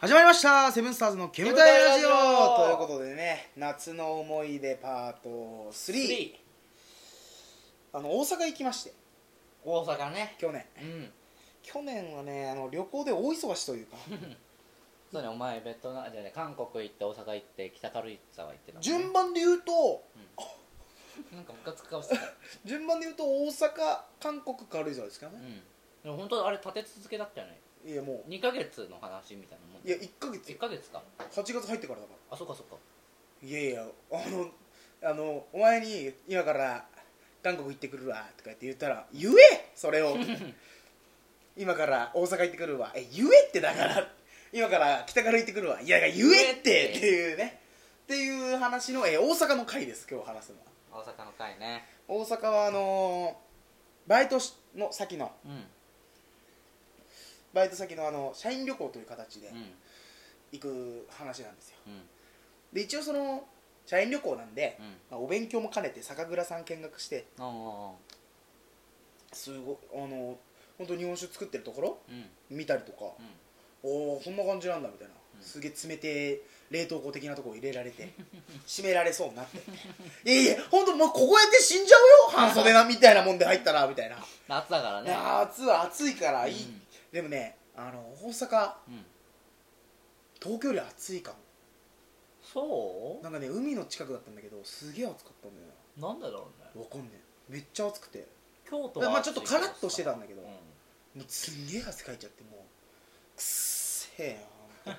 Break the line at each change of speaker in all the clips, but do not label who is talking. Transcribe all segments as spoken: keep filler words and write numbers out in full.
始まりましたセブンスターズの煙たいラジオということでね、夏の思い出パートスリー、 スリーあの大阪行きまして。
大阪ね。
去年、
うん、
去年はね、あの旅行で大忙しというか
そうね、お前ベトナムじゃね、韓国行って大阪行って北軽井沢行ってたもんね。
順番で言うと、
うん、なんかムカつく顔してた
順番で言うと大阪、韓国、軽井沢ですからね、
うん、でも本当あれ立て続けだったよね。
いやもう
にかげつの話みたいなもん。
いやいっかげつ
いっかげつか。
はちがつ入ってからだか
あ、そっかそっか。
ら。いやいや、あのあのお前に今から韓国行ってくるわとか言って言ったら、言えそれを今から大阪行ってくるわ、え言えって。だから今から北から行ってくるわ、いや言えってっていうね、っていう話のえ大阪の回です。今日話すのは
大阪の回ね。
大阪はあのー、バイトの先の、
うん、
バイト先のあの社員旅行という形で
うん、
行く話なんですよ。
うん、
で一応その社員旅行なんで、
うん、
まあ、お勉強も兼ねて酒蔵さん見学して、
あ
すごいあの本当日本酒作ってるところ
ーうん
見たりとか、
うん
おおこんな感じなんだみたいな、
うん
すげえ冷てえ冷凍庫的なところ入れられて閉められそうになっていやいや本当もう凍えて死んじゃうよ半袖なみたいなもんで入ったらみたいな
夏だからね。
夏は暑いからいい、
うん、
でもねあの大阪
うん、
東京より暑いかも。
そう
なんかね海の近くだったんだけどすげえ暑かったんだよね。
なんでだろうね。
わかんねえ、めっちゃ暑くて、
京都は
まあちょっとカラッとしてたんだけど、
うん、
もうすんげえ汗かいちゃって、もうくっせえよ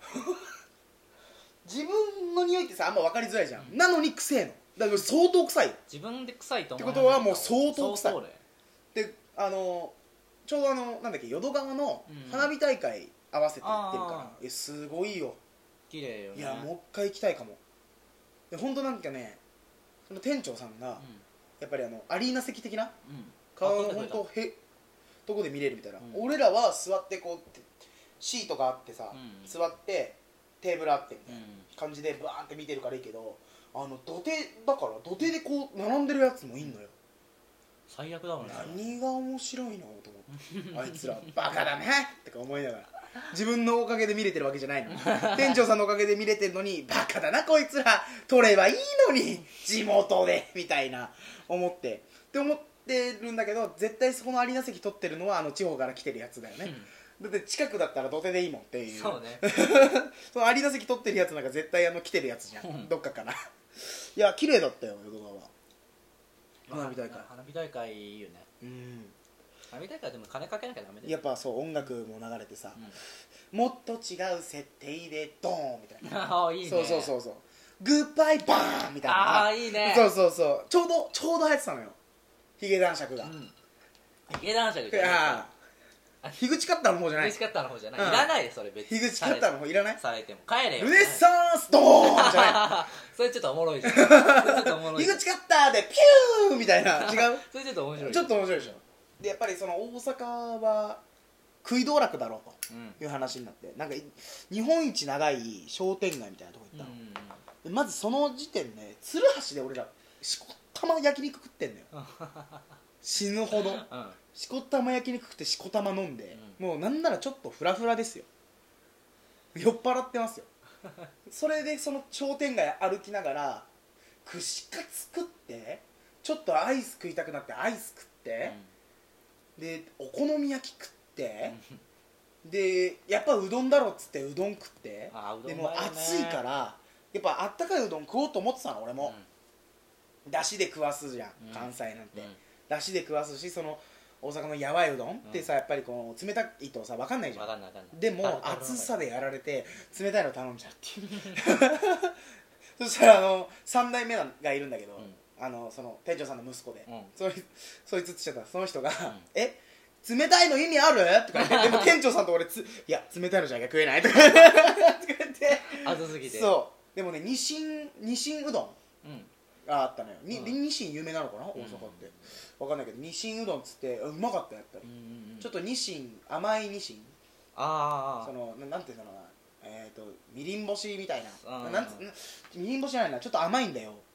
自分の匂いってさあんま分かりづらいじゃん、うん、なのにくせえのだから相当臭い
自分で臭いと思う
ってことはもう相当臭い。
相当
であのちょうどあのなんだっけ淀川の花火大会合わせて行ってるから、うん、えすごいよ、
綺麗よね。
いやもう一回行きたいかも。で本当なんかね、その店長さんが、うん、やっぱりあのアリーナ席的な、うん、顔の本当へとこで見れるみたいな、うん、俺らは座ってこうシートがあってさ、うん、座ってテーブルあってみたいな感じでバーンって見てるからいいけど、あの土手だから土手でこう並んでるやつもいんのよ。
最悪だもんね。
何が面白いのと思ってあいつらバカだねとか思いながら、自分のおかげで見れてるわけじゃないの店長さんのおかげで見れてるのに、バカだなこいつら取ればいいのに地元でみたいな思ってって思ってるんだけど、絶対そこのアリーナ席取ってるのはあの地方から来てるやつだよね、うん、だって近くだったら土手でいいもんっていう。
そうね
そのアリーナ席取ってるやつなんか絶対あの来てるやつじゃんどっかからいや綺麗だったよ淀川は。花火大会
花火大会いいよね。うん、花火大会でも金かけなきゃダメだよ。
やっぱそう音楽も流れてさ、うん、もっと違う設定でドーンみたいな
ああいいね。
そうそうそうそうグッバイバーンみたいな。
ああいいね。
そうそうそうちょうどちょうど流行ってたのよヒゲ男爵が、うん、
ヒゲ男爵じゃ
ない樋口カッターの方じゃない。
樋口カッターの方じゃない、うん、いらないでそれ別に。
樋口カッターの方いらない。
されても帰れよ。
ルネッサンスドーンじゃない
それちょっとおもろいじゃん。それちょっとおもろい。
樋口カッターでピューみたいな違う
それちょっと面白い。
ちょっと面白いでしょ。でやっぱりその大阪は食い道楽だろうという話になって、うん、なんか日本一長い商店街みたいなとこ行ったの、うんうん、でまずその時点で鶴橋で俺らしこたま焼肉食ってんのよ死ぬほど、うん、しこたま焼肉食ってしこたま飲んで、うん、もうなんならちょっとフラフラですよ。酔っ払ってますよそれでその商店街歩きながら串カツ食ってちょっとアイス食いたくなってアイス食って、うん、でお好み焼き食ってでやっぱうどんだろっつってうどん食って、
あうどん
でも暑いからやっぱあったかいうどん食おうと思ってたの俺も、うん、だしで食わすじゃん、うん、関西なんて、うん、だしで食わすし、その大阪のやわいうどんってさ、やっぱりこの冷たいとさ分かんないじゃん。
分かんない分かんない。
でも暑さでやられて冷たいの頼んじゃうっていうそしたらあのさん代目がいるんだけど、うん、あのその店長さんの息子で、うん、そいそいつって言っちゃったその人が、うん、え冷たいの意味あるとか言ってでも店長さんと俺ついや冷たいのじゃなきゃ食えないとか言って
暑すぎて。
そうでもねニシンニシンうどん、うんあったのよ、に、うん、ニシン有名なのかな大阪って、うん、分かんないけどニシンうどんっつってうまかったよやっぱり、うんうん、ちょっとニシン甘いニシン
ああ
そのなんていうのかなえっ、ー、とみりん干しみたいななんつみりん干しじゃないなちょっと甘いんだよ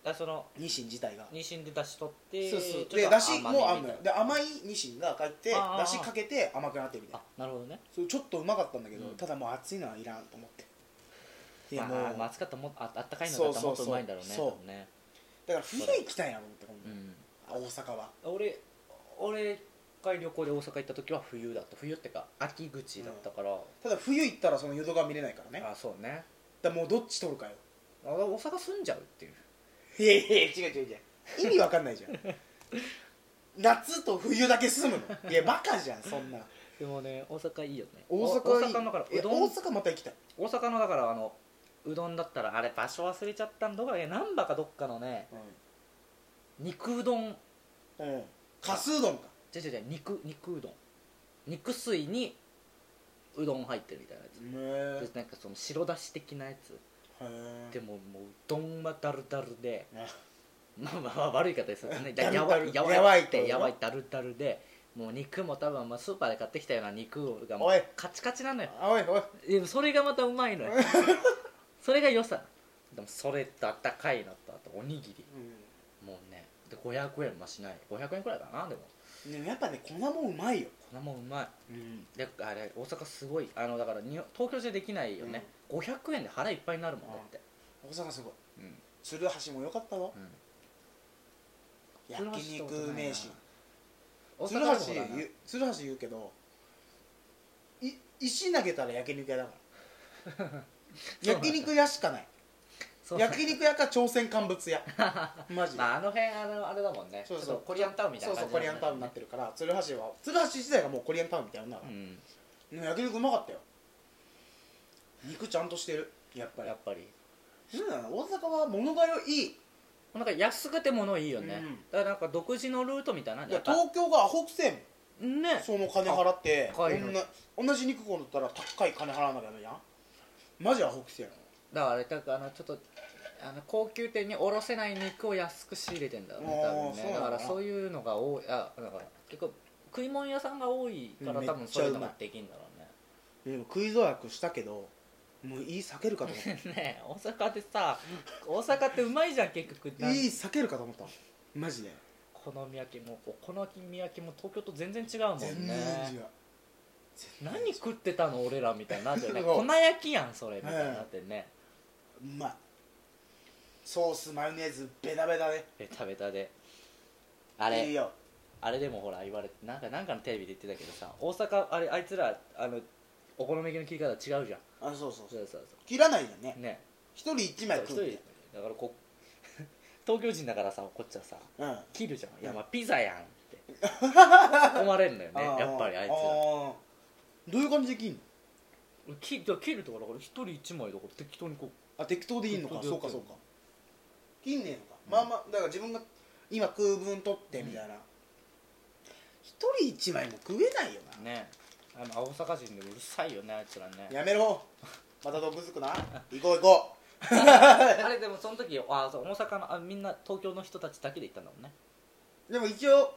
あその
ニシン自体が
ニシンで出し取って
そうそう
ちょっと
でだしもあ
甘みみたいな
んのよで甘いニシンが帰って
あー
だしかけて甘くなってるみたい
あ
な
なるほどね
そうちょっとうまかったんだけど、
うん
ただもう熱いのはいらんと思っていや
まあ、
もう、
まあ、暑かったらもああったかいのだったらもっとうまいんだろうね
そうそうそう
多分ね
だから冬行きたいなと思って今度、
うん
大阪は
俺俺が旅行で大阪行った時は冬だった冬ってか秋口だったから、
ただ冬行ったらその淀川見れないからね
あそうね
だからもうどっち取るかよ
あ大阪住んじゃうっていう
いやいや違う違う違う意味わかんないじゃん夏と冬だけ住むのいやバカじゃんそんな
でもね大阪いいよね
大阪いい
大阪のだから
え
うどん
大阪また行きたい
大阪のだからあのうどんだったらあれ場所忘れちゃったんどこだっけ難波かどっかのね肉うどん
うん、うん、かすうどんか
違う違う違う肉肉うどん肉水にうどん入ってるみたいなやつ、
へ
でなんかその白だし的なやつ
え
でももううどんはダルダルで
ね
まあまあまあ悪い言い方ですよね
ダルダ
やわ
ル
やわ
やわいと
ってやわいダルダルでもう肉も多分まあスーパーで買ってきたような肉がもう
おい
カチカチなのよ
おいおい
でもそれがまたうまいのよそれが良さでもそれとあったかいのとあとおにぎりもうねでごひゃくえんもしないごひゃくえんくらいかなでも
うん、でもやっぱね粉もうまいよ、
こんなもんうまい
うん、
であれ大阪すごいあのだからに東京じゃできないよね、ごひゃくえんで腹いっぱいになるもんだって、
大阪すごい
うん
鶴橋も良かったわ、
うん
焼肉名神
大
鶴橋
阪の方だな
言う鶴橋言うけどい石投げたら焼肉屋だから焼肉屋しかない
そう
焼肉屋か朝鮮乾物屋マジで、
まああの辺あのあれだもんね
そうそう
ちょっとコリアンタウンみたい
そう
な感じ
そうコリアンタウンになってるから鶴橋は鶴橋自体がもうコリアンタウンみたいなもんだから、
うん
でも焼肉うまかったよ肉ちゃんとしてるやっぱり
やっぱり
そうだな大阪は物が良い
なんか安くて物いいよね、
うん
だからなんか独自のルートみたいない
や
やっぱ
東京がアホくせえもん
ね
その金払って
高いの
こんな同じ肉買うんだったら高い金払わなきゃダメじゃんマジアホくせえ
だからあれだからあのちょっとあの高級店に卸せない肉を安く仕入れてんだよね
あー
多分ねだ
そうなのかな
からそういうのが多いあだから結構食い物屋さんが多いから
うん
多分そういうのができんだろうね
でもクイズ予約したけどもういい避けるかと思った
ねえ大阪でさ大阪ってうまいじゃん結局
いい避けるかと思ったマジで
お好み焼きもお好み焼きも東京と全然違うもんね
全然違う
何食ってたの俺らみたいになってね
そう
粉焼きやんそれみたいになってね
うまいソースマヨネーズベタベタで
ベタベタであれ
いいよ
あれでもほら言われてなんかなんかのテレビで言ってたけどさ大阪あれあいつらあのお好み焼きの切り方違うじゃん
あそうそうそう
そうそう
切らないじゃんね
そうね
一人一枚
そう一人
食うみたい
だからこう東京人だからさこっちはさ
なうん
切るじゃんいやまあピザやんって思われるんだよね
あー
やっぱりあいつら
あーどういう感じで切んの
切だ切るとかだから一人一枚だから適当にこう
あ適当でいいのか
適当でやってる
そうかそうか切んねえのか、まあまあだから自分が今食う分取ってみたいな一、人一枚も食えないよな、
ねあの大阪人でうるさいよねあいつらね
やめろまた毒づくな行こう行こ
あれでもその時あそう大阪のあみんな東京の人たちだけで行ったんだもんね
うでも一応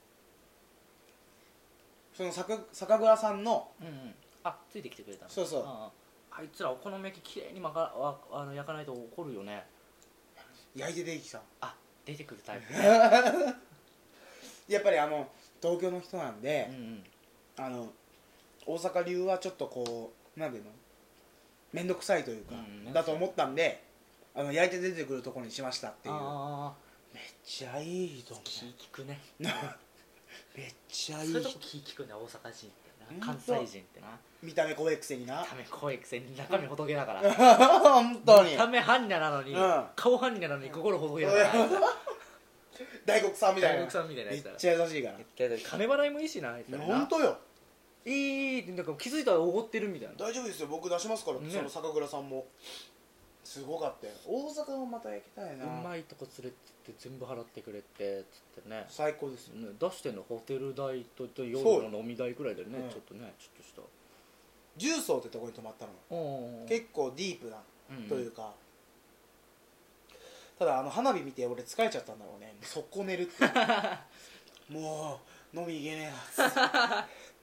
その酒酒蔵さんの
うんうんあついてきてくれたの
そうそうん
んあいつらお好み焼ききれいにまかああの焼かないと怒るよね
焼いて出てきた
あ出てくるタイプ
やっぱりあの東京の人なんで
う、んうん
あの大阪流はちょっとこうなんていうの面倒くさいというか、
うん
だと思ったんであの焼いて出てくるところにしましたっていう
あ
めっちゃいいと
あ
思
気利くね
うめっちゃいい
そういうとこ気利くね大阪人ってな関
ほんと
西人ってな
見た目怖いくせにな
ため怖いくせに中身仏だから
本当に
見た目般若なのに、
うん
顔般若なのに心仏だから
大黒さんみたいな
大黒さんみたいなやつだ
めっちゃ優しいから
金払いもいいしなあいつらな
本当よ
いいってなんか気づいたらおごってるみたいな
大丈夫ですよ僕出しますから、
ね
その酒蔵さんもすごかったよ大阪もまた焼きたいな
うまいとこ連れてって全部払ってくれてつってね
最高ですよ
ね出してんのホテル代とと夜
そう
の飲み代くらいでね、
うん
ちょっとねちょっとした
重曹ってとこに泊まったの
お
結構ディープな
うん
というか、ただあの花火見て俺疲れちゃったんだろうね速攻寝るってもう飲み行けねえなっつって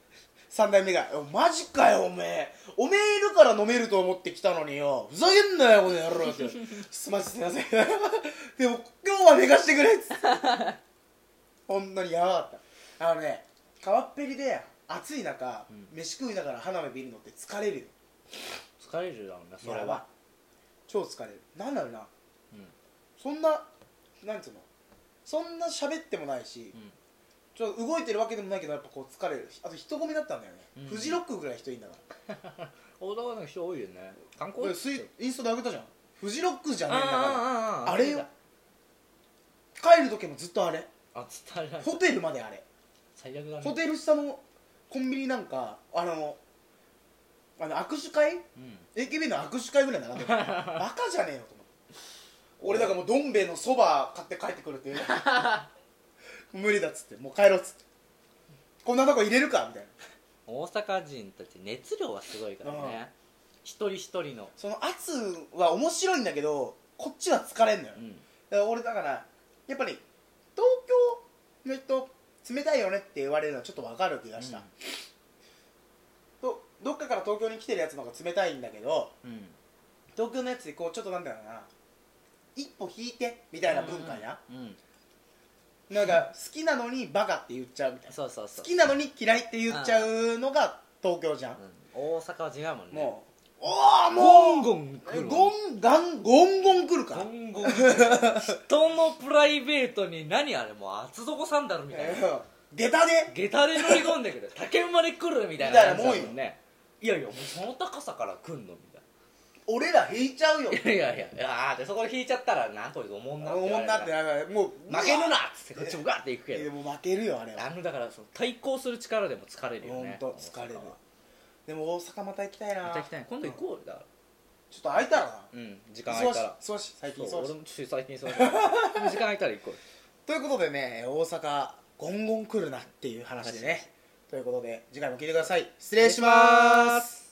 三代目が「マジかよおめえおめえいるから飲めると思って来たのによふざけんなよこの野郎」って「すまじすいませんでも今日は寝かしてくれ」っつってほんとにやばかったあのね川っぺりで暑い中、うん、飯食いながら花火見るのって疲れるよ
疲れるだろうねそれは
超疲れるなんだろうな、うん、そんななんつうのそんな喋ってもないし、うん、ちょっと動いてるわけでもないけどやっぱこう疲れるあと人混みだったんだよね、うん、フジロックぐらい人いんだから
大阪の人多いよね観光
インスタで上げたじゃんフジロックじゃねえんだからあれよ帰る時もずっとあれ
あずっとあれ
ホテルまであれ
最悪だね
ホテル下のコンビニなんかあのあの握手会、うん、エーケービー の握手会ぐらい並んでるバカじゃねえよと思って俺だからもうどん兵衛のそば買って帰ってくるって無理だっつってもう帰ろうっつってこんなとこ入れるかみたいな
大阪人たち熱量はすごいからね、うん、一人一人の
その圧は面白いんだけどこっちは疲れんのよ、うん、だから俺だからやっぱり東京の人冷たいよねって言われるのはちょっと分かる気がした、うん、とどっかから東京に来てるやつの方が冷たいんだけど、うん、東京のやつでこうちょっとなんだろうな一歩引いてみたいな文化や、うんうんうんなんか好きなのにバカって言っちゃうみたいな
そうそうそう
好きなのに嫌いって言っちゃうのが東京じゃん、
うん、大阪は違うもんね
もうおおもう
ゴンゴン来る
ゴンガンゴンゴン来るか
ゴンゴン来る人のプライベートに何あれもう厚底サンダルみたいな
下駄で
下駄で乗り込んでくる竹馬で来るみたいな感じだもんねいやいやもうその高さから来んのみたいな
俺ら引いちゃうよ
いやいやいやでそこで引いちゃったらなんとおもんなって
おもんなってもう
負けるなっつってこっちもガーっていくけど
でも負けるよあれは
あのだからその対抗する力でも疲れるよね
ほんと疲れるでも大阪また行きたいな
また行きたい今度行こうよだから
ちょっと空いたらな
うん時間空いたら
忙しい最近忙しい
俺も最近忙しい時間空いたら行こうよ
ということでね大阪ゴンゴン来るなっていう話でねということで次回も聞いてください失礼します